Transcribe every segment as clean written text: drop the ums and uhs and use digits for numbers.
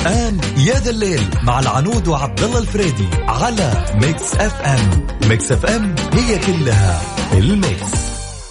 الآن يا ذا الليل مع العنود وعبد الله الفريدي على ميكس اف ام. ميكس اف ام هي كلها الميكس.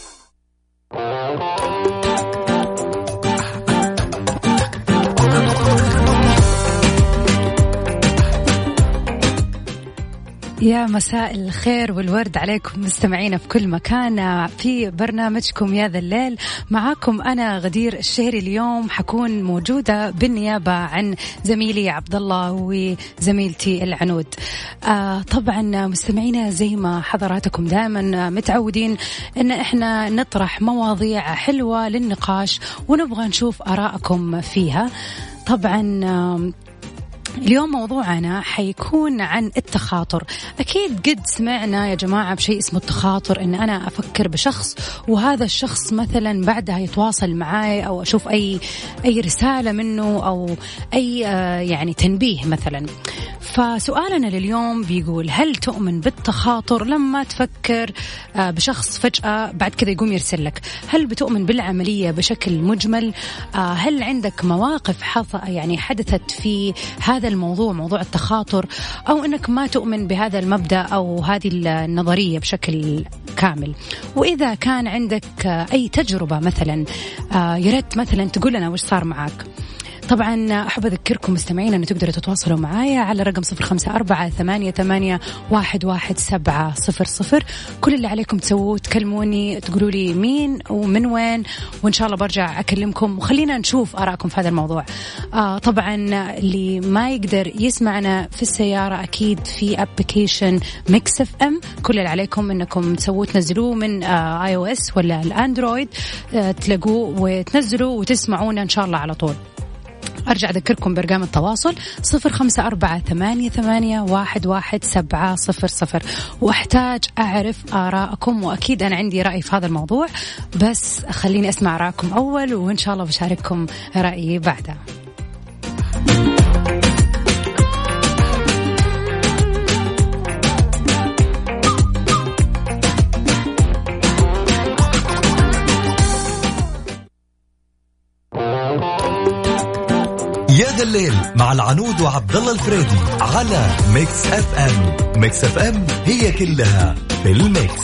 يا مساء الخير والورد عليكم مستمعينا في كل مكان في برنامجكم يا ذا الليل. معاكم أنا غدير الشهري. اليوم حكون موجودة بالنيابة عن زميلي عبد الله وزميلتي العنود. طبعا مستمعينا زي ما حضراتكم دائما متعودين إن إحنا نطرح مواضيع حلوة للنقاش ونبغى نشوف آراءكم فيها. طبعا اليوم موضوعنا حيكون عن التخاطر. أكيد قد سمعنا يا جماعة بشيء اسمه التخاطر، إن أنا أفكر بشخص وهذا الشخص مثلا بعدها يتواصل معي أو أشوف أي رسالة منه أو أي يعني تنبيه مثلا. فسؤالنا لليوم بيقول: هل تؤمن بالتخاطر لما تفكر بشخص فجأة بعد كذا يقوم يرسل لك؟ هل بتؤمن بالعملية بشكل مجمل؟ هل عندك مواقف يعني حدثت في هذا الموضوع، موضوع التخاطر، أو أنك ما تؤمن بهذا المبدأ أو هذه النظرية بشكل كامل؟ وإذا كان عندك أي تجربة مثلا يريت مثلا تقول لنا وش صار معك. طبعا أحب أذكركم مستمعين أن تقدروا تتواصلوا معايا على رقم 0548811700. كل اللي عليكم تسووه تكلموني تقولوا لي مين ومن وين، وإن شاء الله برجع أكلمكم وخلينا نشوف آراءكم في هذا الموضوع. طبعا اللي ما يقدر يسمعنا في السيارة أكيد في أبليكيشن ميكس اف ام. كل اللي عليكم أنكم تسووه تنزلوه من اي او اس ولا الأندرويد، تلاقوه وتنزلوا وتسمعونا إن شاء الله على طول. أرجع أذكركم برقم التواصل 0548811700. وأحتاج أعرف آراءكم، وأكيد أنا عندي رأي في هذا الموضوع، بس خليني أسمع آراءكم أول وإن شاء الله بشارككم رأيي بعدها. يا ذا الليل مع العنود وعبد الله الفريدي على ميكس اف ام. ميكس اف ام هي كلها في الميكس.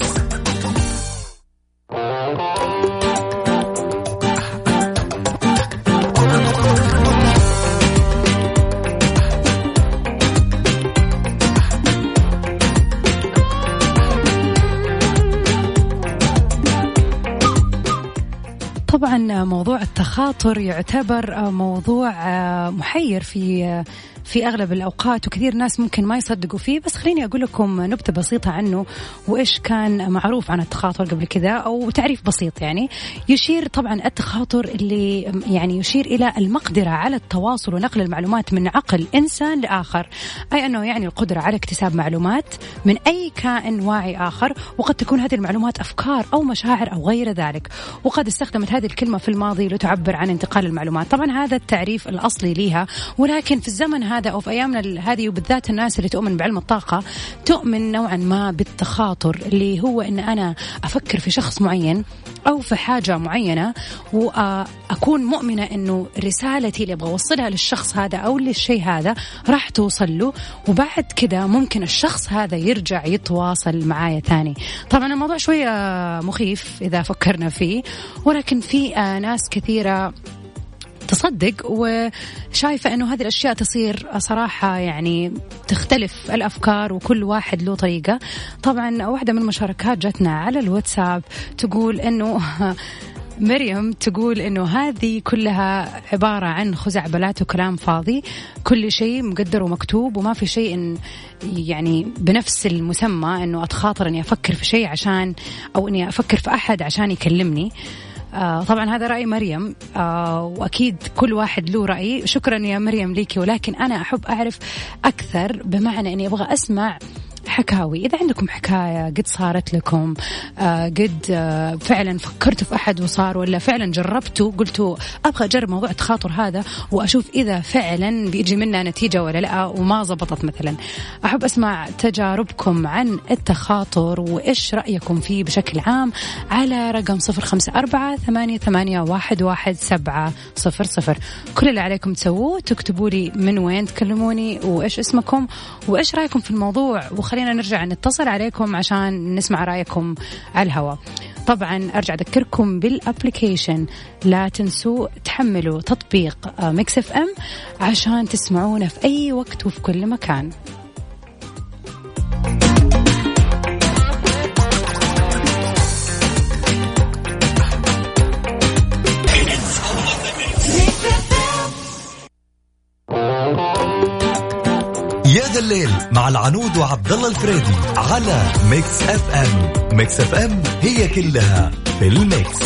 طبعا موضوع التخاطر يعتبر موضوع محير في أغلب الأوقات، وكثير ناس ممكن ما يصدقوا فيه. بس خليني أقول لكم نبذة بسيطة عنه وإيش كان معروف عن التخاطر قبل كذا، أو تعريف بسيط. يعني يشير طبعا التخاطر اللي يعني يشير إلى المقدرة على التواصل ونقل المعلومات من عقل إنسان لآخر، أي أنه يعني القدرة على اكتساب معلومات من أي كائن واعي آخر، وقد تكون هذه المعلومات أفكار أو مشاعر أو غير ذلك. وقد استخدمت هذه الكلمة في الماضي لتعبر عن انتقال المعلومات. طبعا هذا التعريف الأصلي ليها، ولكن في الزمن هذا أو في أيامنا هذه، وبالذات الناس اللي تؤمن بعلم الطاقة، تؤمن نوعا ما بالتخاطر، اللي هو أن أنا أفكر في شخص معين أو في حاجة معينة، وأكون مؤمنة أنه رسالتي اللي أبغى أوصلها للشخص هذا أو للشيء هذا راح توصل له، وبعد كده ممكن الشخص هذا يرجع يتواصل معايا ثاني. طبعا الموضوع شوية مخيف إذا فكرنا فيه، ولكن في ناس كثيرة تصدق وشايفة أنه هذه الأشياء تصير. صراحة يعني تختلف الأفكار وكل واحد له طريقة. طبعا واحدة من المشاركات جاتنا على الواتساب تقول أنه مريم تقول إنه هذه كلها عبارة عن خزعبلات وكلام فاضي، كل شيء مقدر ومكتوب، وما في شيء يعني بنفس المسمى إنه أتخاطر إني أفكر في شيء عشان، أو إني أفكر في أحد عشان يكلمني. طبعا هذا رأي مريم، وأكيد كل واحد له رأي. شكرا يا مريم ليكي، ولكن أنا أحب أعرف أكثر، بمعنى أني أبغى أسمع حكاوي. إذا عندكم حكاية قد صارت لكم، قد فعلا فكرتوا في أحد وصار، ولا فعلا جربتوا قلتوا أبغى أجرب موضوع التخاطر هذا وأشوف إذا فعلا بيجي منها نتيجة ولا لا وما زبطت مثلا، أحب أسمع تجاربكم عن التخاطر وإيش رأيكم فيه بشكل عام على رقم 0548811700. كل اللي عليكم تسووه تكتبوا لي من وين تكلموني وإيش اسمكم وإيش رأيكم في الموضوع، وخلينا نرجع نتصل عليكم عشان نسمع رأيكم على الهواء. طبعا أرجع أذكركم بالأبليكيشن، لا تنسوا تحملوا تطبيق ميكس اف ام عشان تسمعونا في أي وقت وفي كل مكان. يا ذا الليل مع العنود وعبد الله الفريدي على ميكس اف ام. ميكس اف ام هي كلها في الميكس.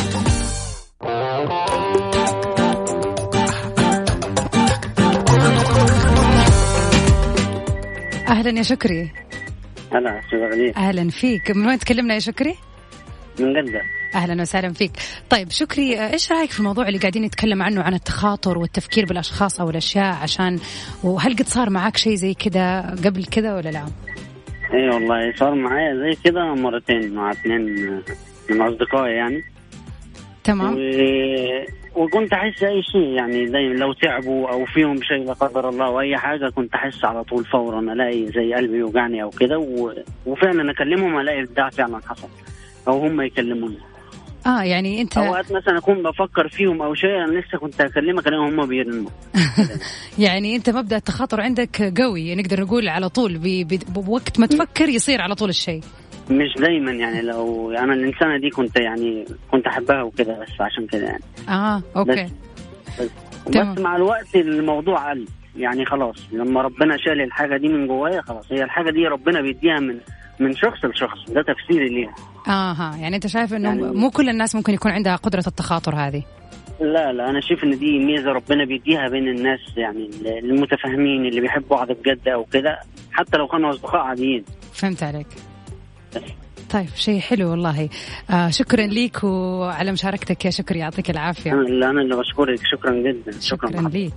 اهلا يا شكري. هلا شغالين. اهلا فيك. من وين تكلمنا يا شكري؟ من جدة. أهلا وسهلا فيك. طيب شكري، إيش رأيك في الموضوع اللي قاعدين نتكلم عنه عن التخاطر والتفكير بالأشخاص أو الأشياء عشان، وهل قد صار معك شيء زي كده قبل كده ولا لا؟ إيه والله صار معايا زي كده مرتين مع 2 من أصدقائي يعني. تمام. وكنت أحس أي شيء يعني دايما لو تعبوا أو فيهم شيء لا قدر الله أو أي حاجة كنت أحس على طول فورا ألاقي زي قلبي يوجعني أو كده، وفعلا أكلمهم ألاقي ده فعلا حصل أو هم يكلموني. يعني أنت أوقات مثلا أكون بفكر فيهم أو شيء أنا لسه كنت أكلمك ألاقيهم هم بيرنوا. يعني أنت مبدأ التخاطر عندك قوي، نقدر نقول على طول بوقت ما تفكر يصير على طول الشيء. مش دايما يعني، لو أنا الإنسانة دي كنت أحبها وكده بس عشان كده يعني. أوكي. بس مع الوقت الموضوع قل يعني، خلاص لما ربنا شال الحاجة دي من جوايا خلاص، هي الحاجة دي ربنا بيديها من شخص لشخص، ده تفسيري ليها. يعني أنت شايف إنه يعني مو كل الناس ممكن يكون عندها قدرة التخاطر هذه؟ لا أنا شايف إن دي ميزة ربنا بيديها بين الناس يعني، المتفاهمين اللي بيحبوا بعض بجد أو كده، حتى لو كانوا أصدقاء عاديين. فهمت عليك. طيب شيء حلو والله. شكرا ليك وعلى مشاركتك يا شكري، يعطيك العافية. أنا اللي بشكرك، شكرا جدا. شكرا ليك.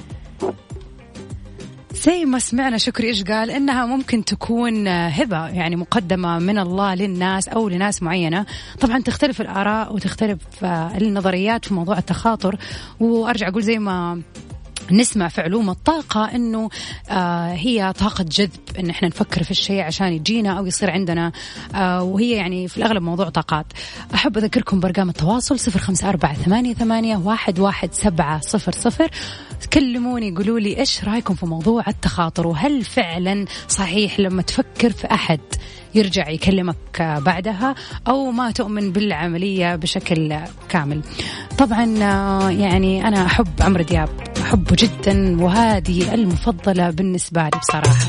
زي ما سمعنا شكري إيش قال، إنها ممكن تكون هبة يعني مقدمة من الله للناس أو لناس معينة. طبعا تختلف الآراء وتختلف النظريات في موضوع التخاطر، وأرجع أقول زي ما نسمع في علوم الطاقة إنه هي طاقة جذب، إن إحنا نفكر في الشيء عشان يجينا أو يصير عندنا، وهي يعني في الأغلب موضوع طاقات. أحب أذكركم برقم التواصل 0548811700. تكلموني قولوا لي إيش رأيكم في موضوع التخاطر، وهل فعلا صحيح لما تفكر في أحد يرجع يكلمك بعدها أو ما تؤمن بالعملية بشكل كامل. طبعا يعني أنا أحب عمرو دياب، أحبه جدا وهذه المفضلة بالنسبة لي بصراحة.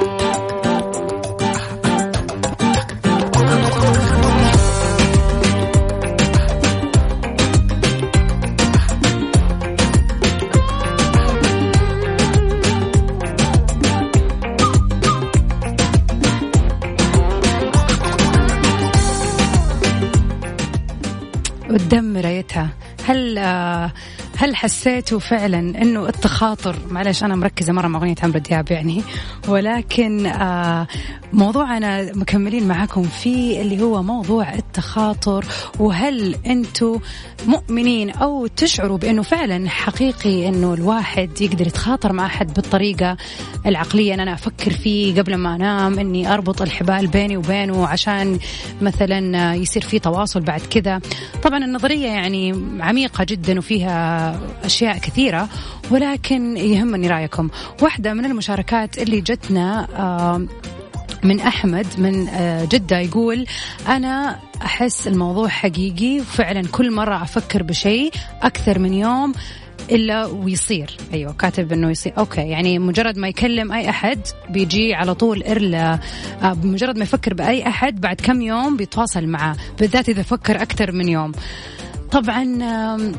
والدم رايتها. هل حسيتوا فعلا انه التخاطر، معلش انا مركزه مره مع اغنيه عمرو دياب يعني، ولكن موضوعنا مكملين معاكم فيه اللي هو موضوع التخاطر، وهل انتوا مؤمنين او تشعروا بانه فعلا حقيقي انه الواحد يقدر يتخاطر مع احد بالطريقه العقليه، ان انا افكر فيه قبل ما انام، اني اربط الحبال بيني وبينه عشان مثلا يصير في تواصل بعد كذا. طبعا النظريه يعني عميقه جدا وفيها أشياء كثيرة، ولكن يهمني رأيكم. واحدة من المشاركات اللي جتنا من أحمد من جدة يقول أنا أحس الموضوع حقيقي، وفعلا كل مرة أفكر بشيء أكثر من يوم إلا ويصير. أيوة كاتب إنه يصير. أوكي يعني مجرد ما يكلم أي أحد بيجي على طول إرلا، بمجرد ما يفكر بأي أحد بعد كم يوم بيتواصل معه، بالذات إذا فكر أكثر من يوم. طبعا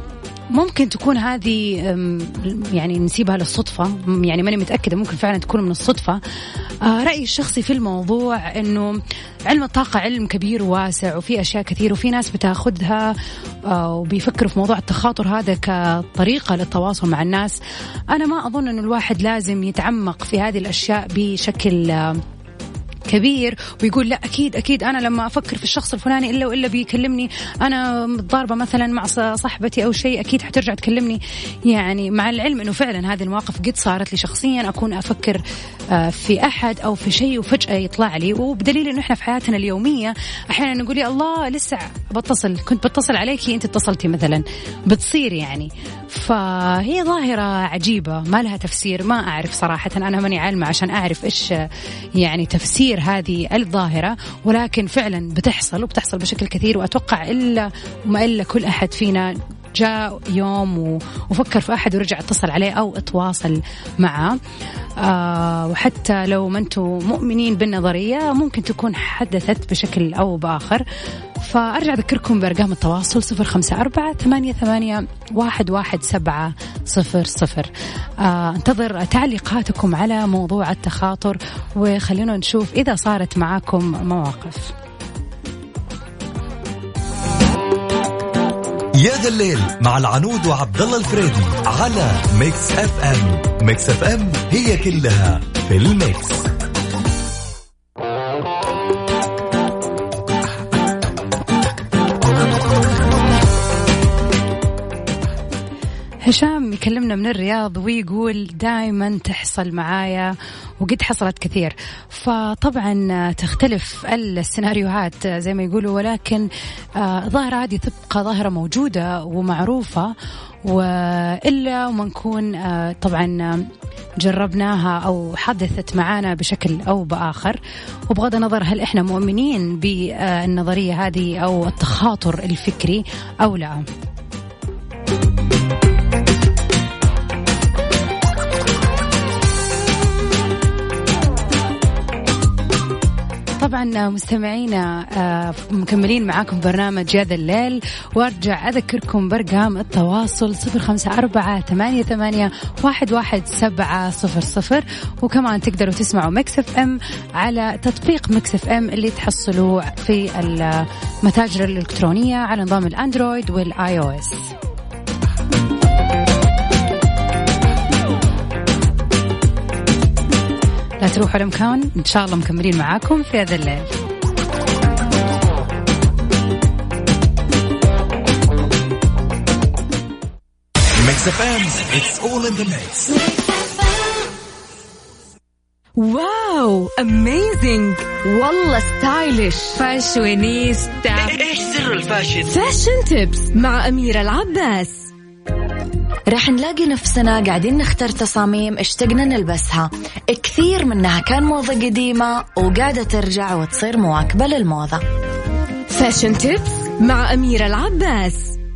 ممكن تكون هذه يعني نسيبها للصدفة، يعني ماني متأكدة، ممكن فعلا تكون من الصدفة. رأيي الشخصي في الموضوع أنه علم الطاقة علم كبير وواسع وفي أشياء كثير، وفي ناس بتاخدها وبيفكروا في موضوع التخاطر هذا كطريقة للتواصل مع الناس. أنا ما أظن أنه الواحد لازم يتعمق في هذه الأشياء بشكل كبير ويقول لا أكيد أنا لما أفكر في الشخص الفلاني إلا بيكلمني، أنا متضاربة مثلا مع صاحبتي أو شيء أكيد حترجع تكلمني. يعني مع العلم أنه فعلا هذه المواقف قد صارت لي شخصيا، أكون أفكر في أحد أو في شيء وفجأة يطلع لي، وبدليل أنه إحنا في حياتنا اليومية أحيانا نقول يا الله لسه كنت بتصل عليكي أنت اتصلتي مثلا، بتصير يعني. فهي ظاهرة عجيبة ما لها تفسير، ما أعرف صراحة، أنا ماني عالمة عشان أعرف إيش يعني تفسير هذه الظاهرة، ولكن فعلا بتحصل وبتحصل بشكل كثير. وأتوقع إلا كل أحد فينا جاء يوم وفكر في أحد ورجع اتصل عليه أو اتواصل معه. وحتى لو ما أنتم مؤمنين بالنظرية ممكن تكون حدثت بشكل أو بآخر. فأرجع أذكركم بأرقام التواصل 0548811700. انتظر تعليقاتكم على موضوع التخاطر، وخلينا نشوف إذا صارت معاكم مواقف. يا ذا الليل مع العنود وعبد الله الفريدي على ميكس اف ام. ميكس اف ام هي كلها في الميكس. هشام يكلمنا من الرياض ويقول دائما تحصل معايا وقد حصلت كثير. فطبعا تختلف السيناريوهات زي ما يقولوا، ولكن ظاهرة هذه تبقى ظاهرة موجودة ومعروفة، وإلا وما نكون طبعا جربناها أو حدثت معانا بشكل أو بآخر. وبغض النظر هل إحنا مؤمنين بالنظرية هذه أو التخاطر الفكري أو لا. طبعا مستمعينا مكملين معاكم برنامج يا ذا الليل، وارجع اذكركم برقم التواصل 0548811700، وكمان تقدروا تسمعوا ميكس اف ام على تطبيق ميكس اف ام اللي تحصلوا في المتاجر الالكترونيه على نظام الاندرويد والاي او اس. لا تروحوا لمكان، إن شاء الله مكملين معاكم في هذا الليل. Mix FM, it's all in the mix. واو أميزنج، والله ستايلش، فاشونيستا. إيش سر الفاشن؟ فاشن تيبس مع أميرة العباس. رح نلاقي نفسنا قاعدين نختار تصاميم اشتقنا نلبسها، كثير منها كان موضة قديمة وقاعدة ترجع وتصير مواكبة للموضة. فاشن تيبس مع أميرة العباس.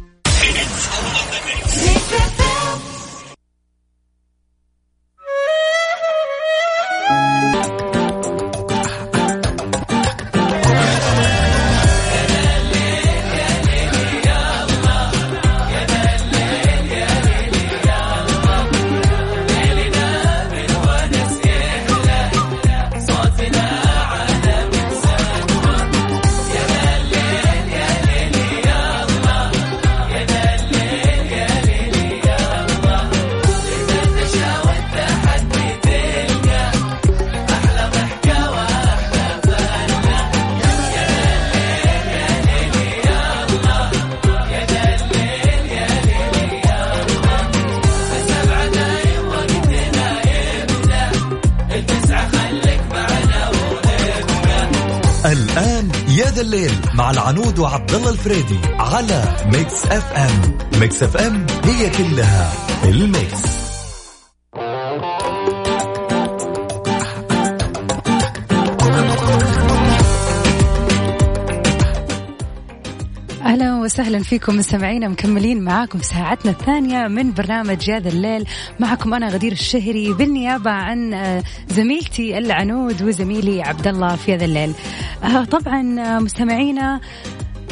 الآن يا ذا الليل مع العنود وعبد الله الفريدي على ميكس اف ام. ميكس اف ام هي كلها الميكس. أهلا وسهلا فيكم مستمعينا، مكملين معاكم في ساعتنا الثانية من برنامج يا ذا الليل. معكم أنا غدير الشهري بالنيابة عن زميلتي العنود وزميلي عبد الله في يا ذا الليل. طبعا مستمعينا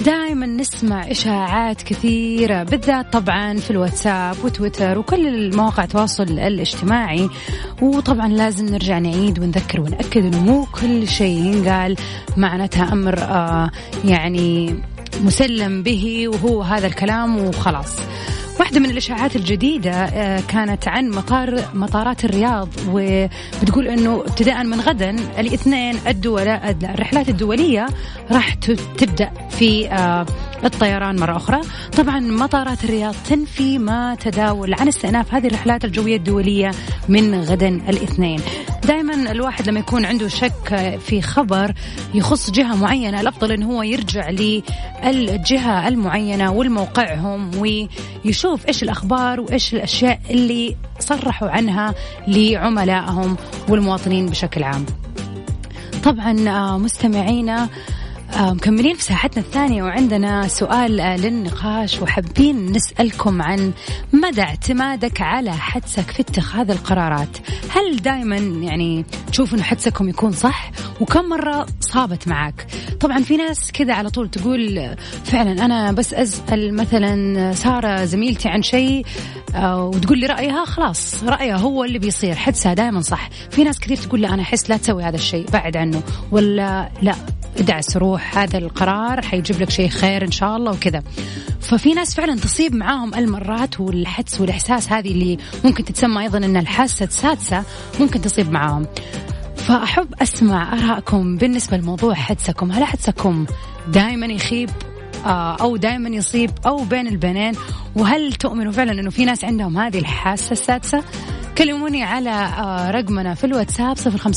دائما نسمع إشاعات كثيرة بالذات طبعا في الواتساب وتويتر وكل المواقع التواصل الاجتماعي، وطبعا لازم نرجع نعيد ونذكر ونأكد إنه مو كل شيء ينقال معناتها أمر يعني مسلم به وهو هذا الكلام وخلاص. واحدة من الإشاعات الجديدة كانت عن مطارات الرياض، وبتقول أنه ابتداء من غدا الاثنين الرحلات الدولية راح تبدأ في الطيران مرة أخرى. طبعا مطارات الرياض تنفي ما تداول عن استئناف هذه الرحلات الجوية الدولية من غدا الاثنين. دائما الواحد لما يكون عنده شك في خبر يخص جهة معينة الأفضل أنه هو يرجع للجهة المعينة والموقعهم ويشوف إيش الأخبار وإيش الأشياء اللي صرحوا عنها لعملائهم والمواطنين بشكل عام. طبعا مستمعينا مكملين في ساحتنا الثانية وعندنا سؤال للنقاش، وحابين نسألكم عن مدى اعتمادك على حدسك في اتخاذ القرارات. هل دائما يعني تشوف انه حدسكم يكون صح؟ وكم مرة صابت معك؟ طبعا في ناس كذا على طول تقول فعلا أنا بس أسأل مثلا سارة زميلتي عن شيء وتقول لي رأيها، خلاص رأيها هو اللي بيصير، حدسها دائما صح. في ناس كثير تقول لا أنا أحس لا تسوي هذا الشيء، بعد عنه، ولا لا ادعس روح هذا القرار حيجيب لك شيء خير إن شاء الله وكذا. ففي ناس فعلا تصيب معاهم المرات، والحدس والإحساس هذه اللي ممكن تتسمى أيضا أن الحاسة السادسة ممكن تصيب معاهم. فأحب أسمع آرائكم بالنسبة لموضوع حدسكم. هل حدسكم دائما يخيب أو دائما يصيب أو بين البنين؟ وهل تؤمنوا فعلا أنه في ناس عندهم هذه الحاسة السادسة؟ كلموني على رقمنا في الواتساب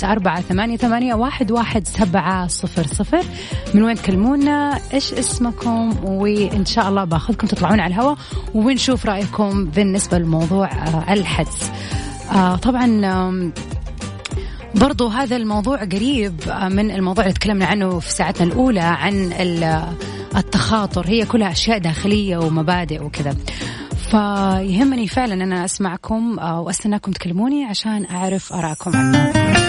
0548811700. من وين تكلمونا؟ إيش اسمكم؟ وإن شاء الله باخذكم تطلعون على الهواء ونشوف رأيكم بالنسبة لموضوع الحدس. طبعا برضو هذا الموضوع قريب من الموضوع اللي تكلمنا عنه في ساعتنا الأولى عن التخاطر، هي كلها أشياء داخلية ومبادئ وكذا. فيهمني فعلا أنا أسمعكم وأستناكم تكلموني عشان أعرف آراءكم عنه.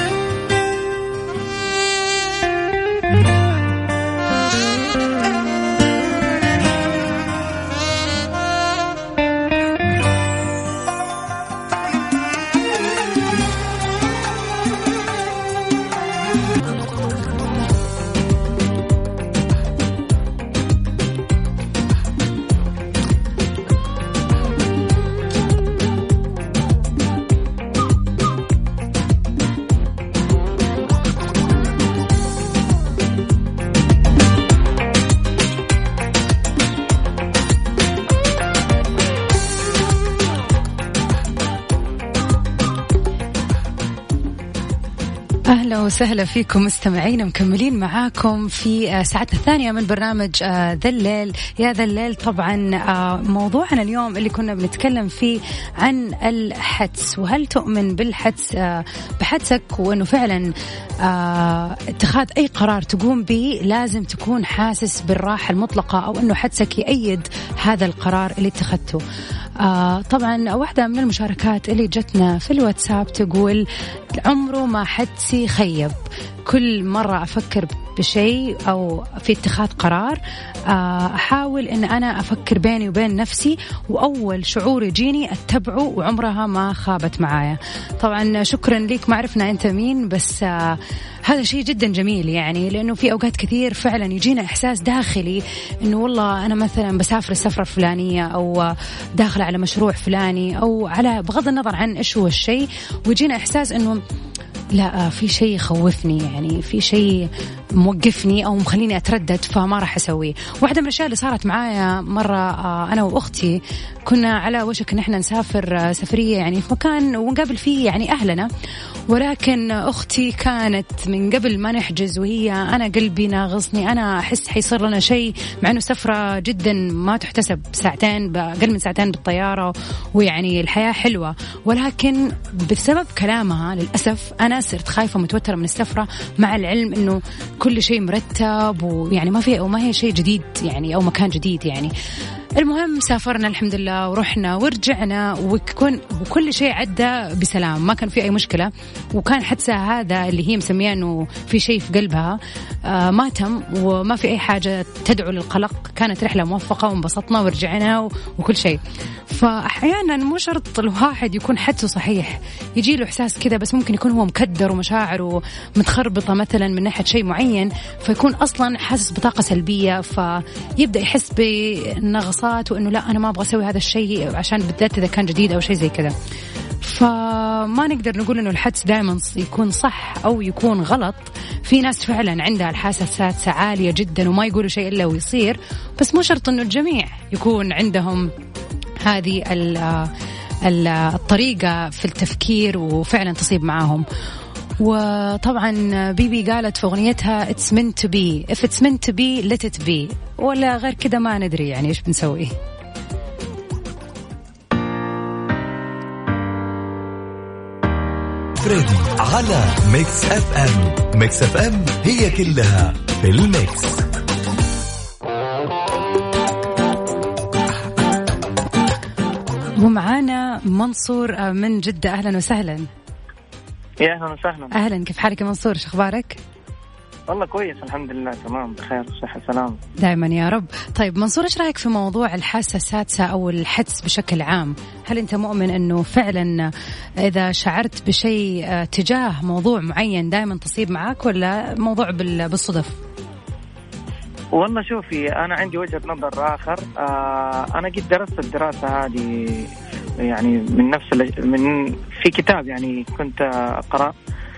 أهلا وسهلا فيكم مستمعين، مكملين معاكم في ساعتنا الثانية من برنامج ذا الليل يا ذا الليل. طبعا موضوعنا اليوم اللي كنا بنتكلم فيه عن الحدس، وهل تؤمن بالحدس بحدسك، وأنه فعلا اتخاذ أي قرار تقوم به لازم تكون حاسس بالراحة المطلقة، أو أنه حدسك يأيد هذا القرار اللي اتخذته. طبعا واحدة من المشاركات اللي جتنا في الواتساب تقول عمره ما حدسي خيب، كل مرة أفكر بشيء أو في اتخاذ قرار أحاول أن أنا أفكر بيني وبين نفسي، وأول شعور يجيني أتبعه، وعمرها ما خابت معايا. طبعا شكرا لك، ما عرفنا أنت مين، بس هذا شيء جدا جميل يعني، لأنه في أوقات كثير فعلا يجينا إحساس داخلي أنه والله أنا مثلا بسافر السفرة الفلانية، أو داخل على مشروع فلاني، أو على بغض النظر عن إيش هو الشيء، ويجينا إحساس أنه لا في شيء يخوفني، يعني في شيء موقفني أو مخليني أتردد، فما راح أسويه. واحدة من الأشياء اللي صارت معايا مرة، أنا وأختي كنا على وشك إن إحنا نسافر سفرية يعني في مكان ونقابل فيه يعني أهلنا، ولكن أختي كانت من قبل ما نحجز وهي أنا قلبي ناغصني، أنا أحس حيصير لنا شيء، مع إنه سفرة جدا ما تحتسب، ساعتين أقل من ساعتين بالطيارة، ويعني الحياة حلوة، ولكن بسبب كلامها للأسف أنا صرت خايفة متوترة من السفرة، مع العلم إنه كل شيء مرتب، ويعني ما هي شيء جديد يعني أو مكان جديد يعني. المهم سافرنا الحمد لله ورحنا ورجعنا وكل شيء عدى بسلام، ما كان في أي مشكلة. وكان حادثة هذا اللي هي مسمياه إنه في شيء في قلبها ما تم وما في أي حاجة تدعو للقلق. كانت رحلة موفقة وانبسطنا ورجعنا وكل شيء. فأحيانا مو شرط الواحد يكون حدسه صحيح، يجي له إحساس كذا بس ممكن يكون هو مكدر ومشاعره متخربطة مثلا من ناحية شيء معين، فيكون أصلا حاسس بطاقة سلبية، فيبدأ يحس بنغصات وإنه لا أنا ما أبغى أسوي هذا الشيء عشان بالذات إذا كان جديد أو شيء زي كذا. فما نقدر نقول إنه الحدس دائما يكون صح أو يكون غلط. في ناس فعلا عندها الحاسة السادسة عالية جدا وما يقولوا شيء إلا ويصير، بس مو شرط إنه الجميع يكون عندهم هذه الطريقة في التفكير وفعلا تصيب معاهم. وطبعا بيبي قالت في أغنيتها It's meant to be if it's meant to be let it be، ولا غير كده ما ندري يعني إيش بنسوي. فريدي على ميكس اف ام. ميكس اف ام هي كلها في الميكس. ومعانا منصور من جدة، أهلا وسهلا. يا أهلا وسهلا. أهلا، كيف حالك يا منصور؟ شو أخبارك؟ والله كويس الحمد لله، تمام بخير صحة سلام دائما يا رب. طيب منصور، إيش رأيك في موضوع الحاسة السادسة أو الحدس بشكل عام؟ هل أنت مؤمن أنه فعلا إذا شعرت بشيء تجاه موضوع معين دائما تصيب معك، ولا موضوع بالصدف؟ والله شوفي، أنا عندي وجهة نظر آخر. أنا قد درست الدراسة هذه يعني من في كتاب يعني كنت أقرأ،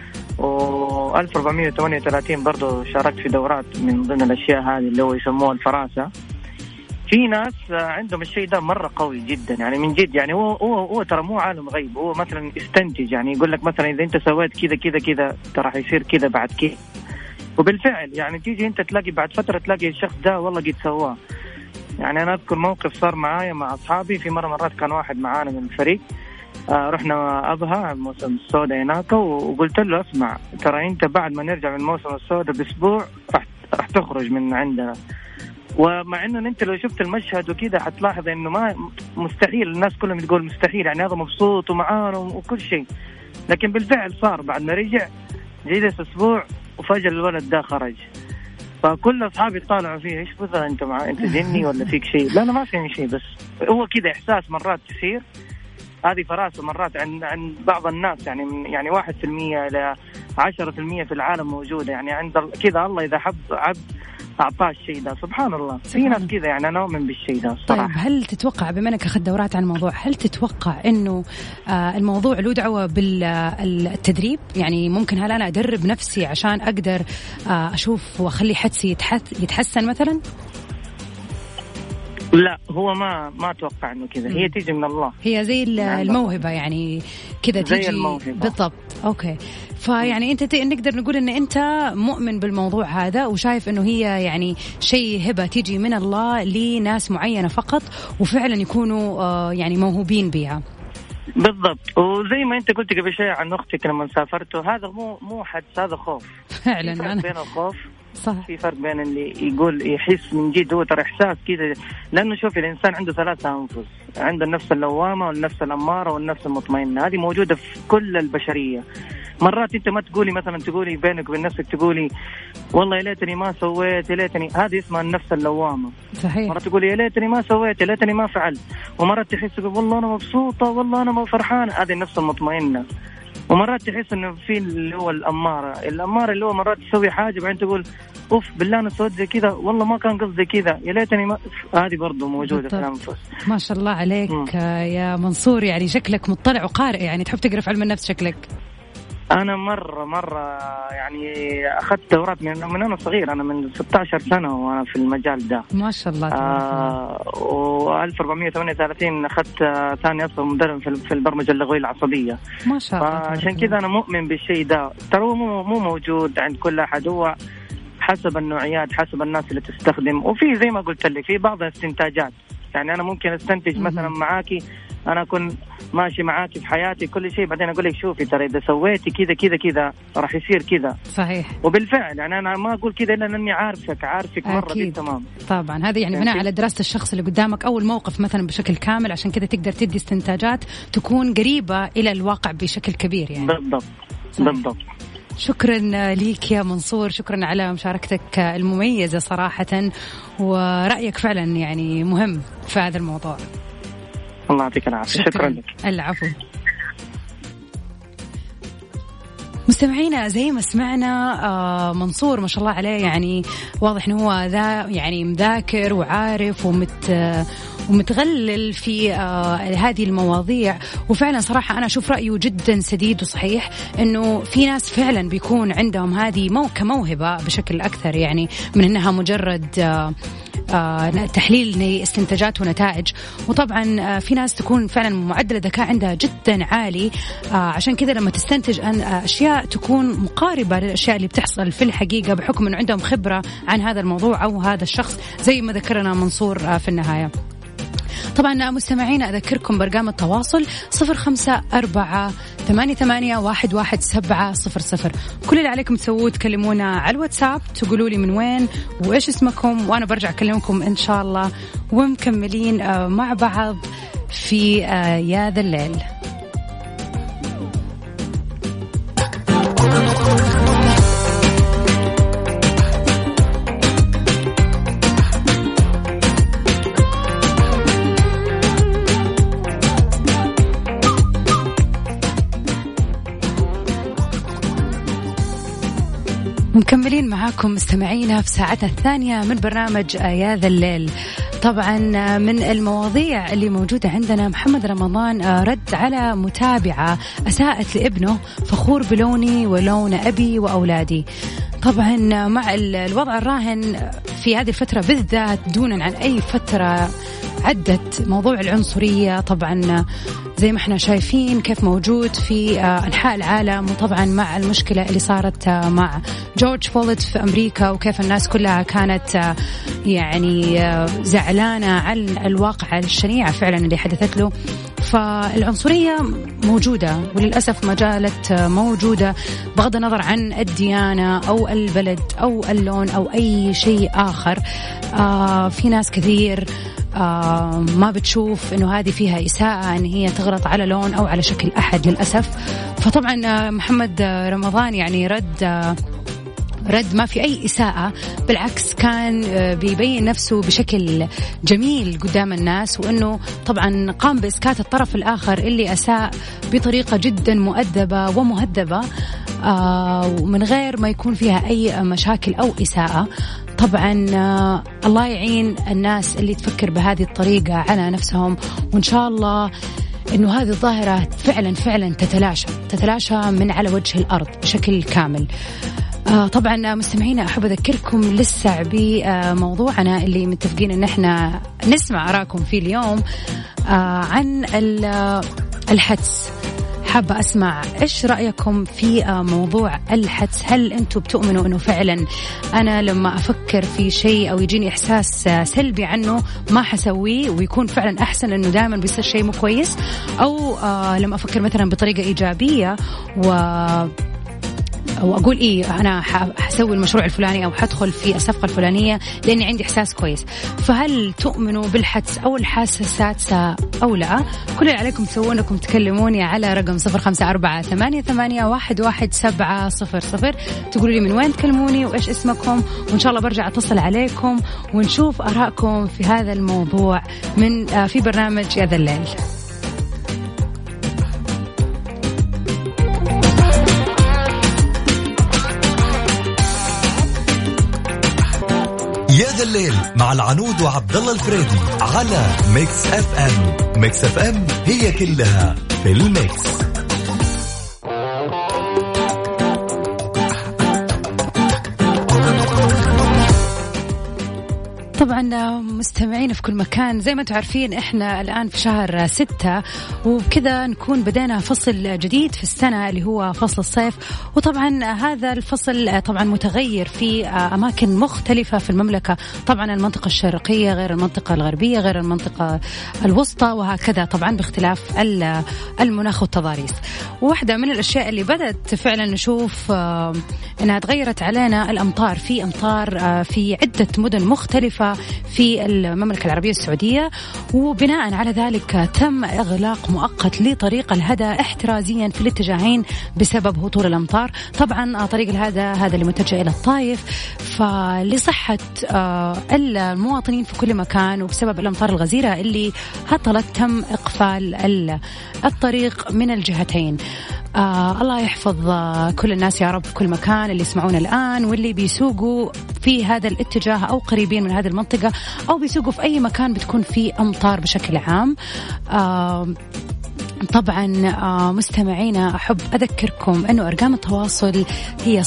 و1438 برضو شاركت في دورات من ضمن الأشياء هذه اللي هو يسموها الفراسة. في ناس عندهم الشيء ده مرة قوي جدا يعني من جد، يعني هو ترى مو عالم غيب، هو مثلا يستنتج، يعني يقول لك مثلا إذا أنت سويت كذا كذا كذا ترى حيصير كذا بعد كذا، وبالفعل يعني تيجي أنت تلاقي بعد فترة تلاقي الشخص ده والله قد سواه. يعني أنا أذكر موقف صار معايا مع أصحابي في مرات كان واحد معانا من الفريق، رحنا أبها موسم السوداء هناك، وقلت له اسمع ترى أنت بعد ما نرجع من موسم السوداء بأسبوع راح تخرج من عندنا. ومع إنه أنت لو شفت المشهد وكذا حتلاحظ إنه ما مستحيل، الناس كلهم تقول مستحيل، يعني هذا مبسوط ومعانا وكل شيء، لكن بالفعل صار بعد ما رجع جلس أسبوع وفجأة الولد ده خرج. فكل أصحابي طالعوا فيه إيش بذا أنت أنت جني ولا فيك شيء؟ لا أنا ما فيني شيء، بس هو كذا إحساس مرات تصير. هذه فراسة مرات عند بعض الناس، يعني 1% إلى 10% في العالم موجودة، يعني عند كذا الله إذا حب عبد أعطاه الشيء ده، سبحان الله. في ناس كذا يعني أنا أؤمن بالشيء ده الصراحة. طيب هل تتوقع، بما أنك أخذت دورات عن الموضوع، هل تتوقع إنه الموضوع له دعوة بالتدريب؟ يعني ممكن هل أنا أدرب نفسي عشان أقدر أشوف وأخلي حدسي يتحسن مثلا؟ لا هو ما أتوقع إنه كذا، هي تيجي من الله، هي زي الموهبة يعني كذا تيجي بالضبط. أوكي، فيعني أنت نقدر نقول إن أنت مؤمن بالموضوع هذا وشايف إنه هي يعني شيء هبة تيجي من الله لناس معينة فقط، وفعلا يكونوا يعني موهوبين بها. بالضبط. وزي ما أنت قلت قبل شيء عن أختك لما سافرتوا، هذا مو حدس، هذا خوف فعلا. بين الخوف صح. في فرق بين اللي يقول يحس من جد، هو ترى إحساس كذا، لأنه شوف الإنسان عنده 3 أنفس، عنده النفس اللوامة والنفس الأمارة والنفس المطمئنة، هذه موجودة في كل البشرية. مرات أنت ما تقولي مثلا، تقولي بينك وبين نفسك تقولي والله يا ليتني ما سويت، يا ليتني، هذه اسمها النفس اللوامة. صحيح. مرات تقولي يا ليتني ما سويت، يا ليتني ما فعلت، ومرات تحس والله أنا مبسوطة، والله أنا فرحانة، هذه النفس المطمئنة. ومرات تحس إنه في اللي هو الأمارة اللي هو مرات تسوي حاجة بعدين تقول أوف بالله أنا سويت زي كذا، والله ما كان قصدي كذا، يا ليتني ما. هذه برضو موجودة في الأنفس. ما شاء الله عليك يا منصور، يعني شكلك مطلع وقارئ، يعني تحب تقرأ في علم النفس شكلك. أنا مرة يعني أخذت دورات من أنا صغير، أنا من 16 سنة وأنا في المجال ده. ما شاء الله. و1438 أخذت ثاني أصل مدرب في البرمجة اللغوية العصبية. ما شاء الله. عشان كذا أنا مؤمن بالشيء ده، ترى مو موجود عند كل أحد، هو حسب النوعيات، حسب الناس اللي تستخدم. وفي زي ما قلت لك في بعض الاستنتاجات، يعني أنا ممكن استنتج مثلا معاكي أنا أكون ماشي معاك في حياتي كل شيء، بعدين أقول لك شوفي ترى إذا سويتي كذا كذا كذا راح يصير كذا. صحيح. وبالفعل يعني أنا ما أقول كذا إلا أني عارفك مرة دي تمام. طبعا هذا يعني بناء على دراسة الشخص اللي قدامك أو الموقف مثلا بشكل كامل، عشان كذا تقدر تدي استنتاجات تكون قريبة إلى الواقع بشكل كبير يعني. بالضبط. بالضبط. شكرا ليك يا منصور، شكرا على مشاركتك المميزة صراحة، ورأيك فعلا يعني مهم في هذا الموضوع. الله يعطيك العافية. شكرا لك. العفو. مستمعينا زي ما سمعنا منصور ما شاء الله عليه يعني واضح انه هو ذا يعني مذاكر وعارف ومتغلل في هذه المواضيع، وفعلا صراحة أنا أشوف رأيه جدا سديد وصحيح، إنه في ناس فعلا بيكون عندهم هذه كموهبة بشكل أكثر يعني من إنها مجرد تحليل استنتاجات ونتائج. وطبعا في ناس تكون فعلا معدل الذكاء عندها جدا عالي، عشان كذا لما تستنتج أشياء تكون مقاربة للأشياء اللي بتحصل في الحقيقة بحكم أنه عندهم خبرة عن هذا الموضوع أو هذا الشخص زي ما ذكرنا منصور في النهاية. طبعا مستمعينا أذكركم برقم التواصل 0548811700. كل اللي عليكم تسووه تكلمونا على الواتساب، تقولوا لي من وين وإيش اسمكم، وأنا برجع أكلمكم إن شاء الله، ومكملين مع بعض في يا ذا الليل. مكملين معاكم مستمعينا في ساعتنا الثانية من برنامج يا ذا الليل. طبعا من المواضيع اللي موجودة عندنا محمد رمضان رد على متابعة أساءت لابنه، فخور بلوني ولون أبي وأولادي. طبعا مع الوضع الراهن في هذه الفترة بالذات دونا عن أي فترة عدت، موضوع العنصرية طبعا زي ما احنا شايفين كيف موجود في أنحاء العالم، وطبعا مع المشكلة اللي صارت مع جورج فلويد في أمريكا، وكيف الناس كلها كانت يعني زعلانة عن الواقع الشنيع فعلا اللي حدثت له. فالعنصرية موجودة وللأسف ما زالت موجودة بغض النظر عن الديانة أو البلد أو اللون أو أي شيء آخر. في ناس كثير ما بتشوف إنه هذه فيها إساءة إن هي تغلط على لون أو على شكل أحد للأسف. فطبعا محمد رمضان يعني رد ما في أي إساءة، بالعكس كان بيبين نفسه بشكل جميل قدام الناس، وأنه طبعا قام بإسكات الطرف الآخر اللي أساء بطريقة جدا مؤدبة ومهذبة ومن غير ما يكون فيها أي مشاكل أو إساءة. طبعا الله يعين الناس اللي تفكر بهذه الطريقة على نفسهم، وإن شاء الله إنه هذه الظاهرة فعلا تتلاشى من على وجه الأرض بشكل كامل. طبعا مستمعينا أحب أذكركم لسه بموضوعنا اللي متفقين إن احنا نسمع آراءكم فيه اليوم عن الحدس. حابة أسمع إيش رأيكم في موضوع الحدس. هل أنتم بتؤمنوا أنه فعلا أنا لما أفكر في شيء أو يجيني إحساس سلبي عنه ما حسويه ويكون فعلا أحسن أنه دائما بيصير شيء مو كويس، أو لما أفكر مثلا بطريقة إيجابية وأقول إيه أنا حسوي المشروع الفلاني أو حدخل في الصفقة الفلانية لأني عندي إحساس كويس. فهل تؤمنوا بالحدس أو الحاسة السادسة أو لا؟ كل اللي عليكم تسوونكم تكلموني على رقم 0548811700، تقولوا لي من وين تكلموني وإيش اسمكم، وإن شاء الله برجع أتصل عليكم ونشوف آراءكم في هذا الموضوع من في برنامج يا ذا الليل. يا ذا الليل مع العنود وعبد الله الفريدي على ميكس اف ام. ميكس اف ام هي كلها في الميكس. طبعا مستمعين في كل مكان، زي ما انتم عارفين احنا الآن في شهر 6 وبكذا نكون بدينا فصل جديد في السنة اللي هو فصل الصيف. وطبعا هذا الفصل طبعا متغير في أماكن مختلفة في المملكة، طبعا المنطقة الشرقية غير المنطقة الغربية غير المنطقة الوسطى، وهكذا طبعا باختلاف المناخ والتضاريس. واحدة من الأشياء اللي بدأت فعلا نشوف أنها تغيرت علينا الأمطار، في أمطار في عدة مدن مختلفة في المملكة العربية السعودية، وبناء على ذلك تم إغلاق مؤقت لطريق الهدى احترازيا في الاتجاهين بسبب هطول الأمطار. طبعا طريق الهدى هذا اللي متجه إلى الطائف، فلصحة المواطنين في كل مكان وبسبب الأمطار الغزيرة اللي هطلت تم إقفال الطريق من الجهتين. الله يحفظ كل الناس يا رب في كل مكان اللي يسمعونا الآن واللي بيسوقوا في هذا الاتجاه أو قريبين من هذه المنطقة أو بيسوقوا في أي مكان بتكون فيه أمطار بشكل عام. طبعا مستمعينا أحب أذكركم أنه أرقام التواصل هي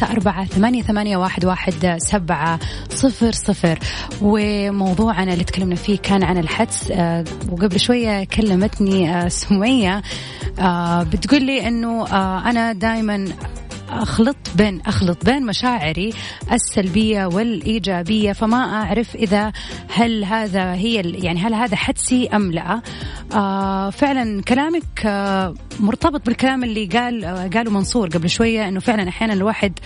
0548811700. وموضوعنا اللي تكلمنا فيه كان عن الحدس، وقبل شوية كلمتني سمية بتقول لي أنه أنا دايما أخلط بين مشاعري السلبية والإيجابية، فما أعرف إذا هل هذا حدسي أم لا. فعلا كلامك مرتبط بالكلام اللي قاله منصور قبل شوية، أنه فعلا أحيانا الواحد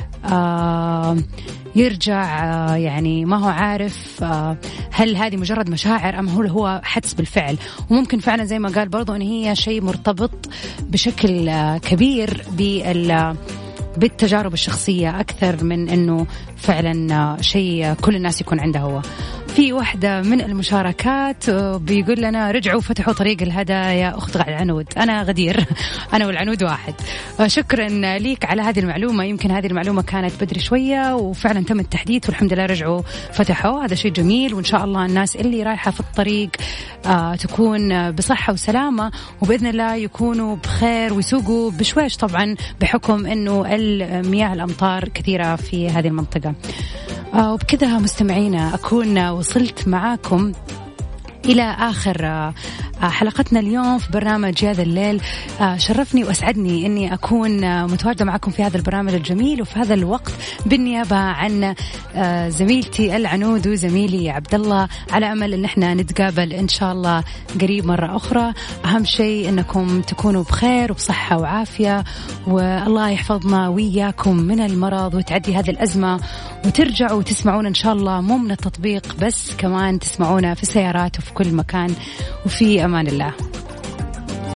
يرجع يعني ما هو عارف هل هذه مجرد مشاعر أم هو حدس بالفعل. وممكن فعلا زي ما قال برضو أن هي شيء مرتبط بشكل كبير بالتجارب الشخصية أكثر من أنه فعلا شيء كل الناس يكون عنده هو. في واحدة من المشاركات بيقول لنا رجعوا فتحوا طريق الهدى يا أخت العنود. أنا غدير، أنا والعنود واحد. شكرا ليك على هذه المعلومة، يمكن هذه المعلومة كانت بدري شوية وفعلا تم التحديث والحمد لله رجعوا فتحوا، هذا شيء جميل. وإن شاء الله الناس اللي رايحة في الطريق تكون بصحة وسلامة وبإذن الله يكونوا بخير ويسوقوا بشويش، طبعا بحكم أنه المياه الأمطار كثيرة في هذه المنطقة. وبكذا مستمعينا أكون وصلت معاكم إلى آخر حلقتنا اليوم في برنامج هذا الليل. شرفني وأسعدني أني أكون متواجدة معكم في هذا البرنامج الجميل وفي هذا الوقت بالنيابة عن زميلتي العنود وزميلي عبد الله، على أمل أن احنا نتقابل إن شاء الله قريب مرة أخرى. أهم شيء أنكم تكونوا بخير وبصحة وعافية، والله يحفظنا وياكم من المرض وتعدي هذه الأزمة وترجعوا تسمعونا إن شاء الله مو من التطبيق بس كمان تسمعونا في السيارات وفي كل مكان، وفي أمان الله.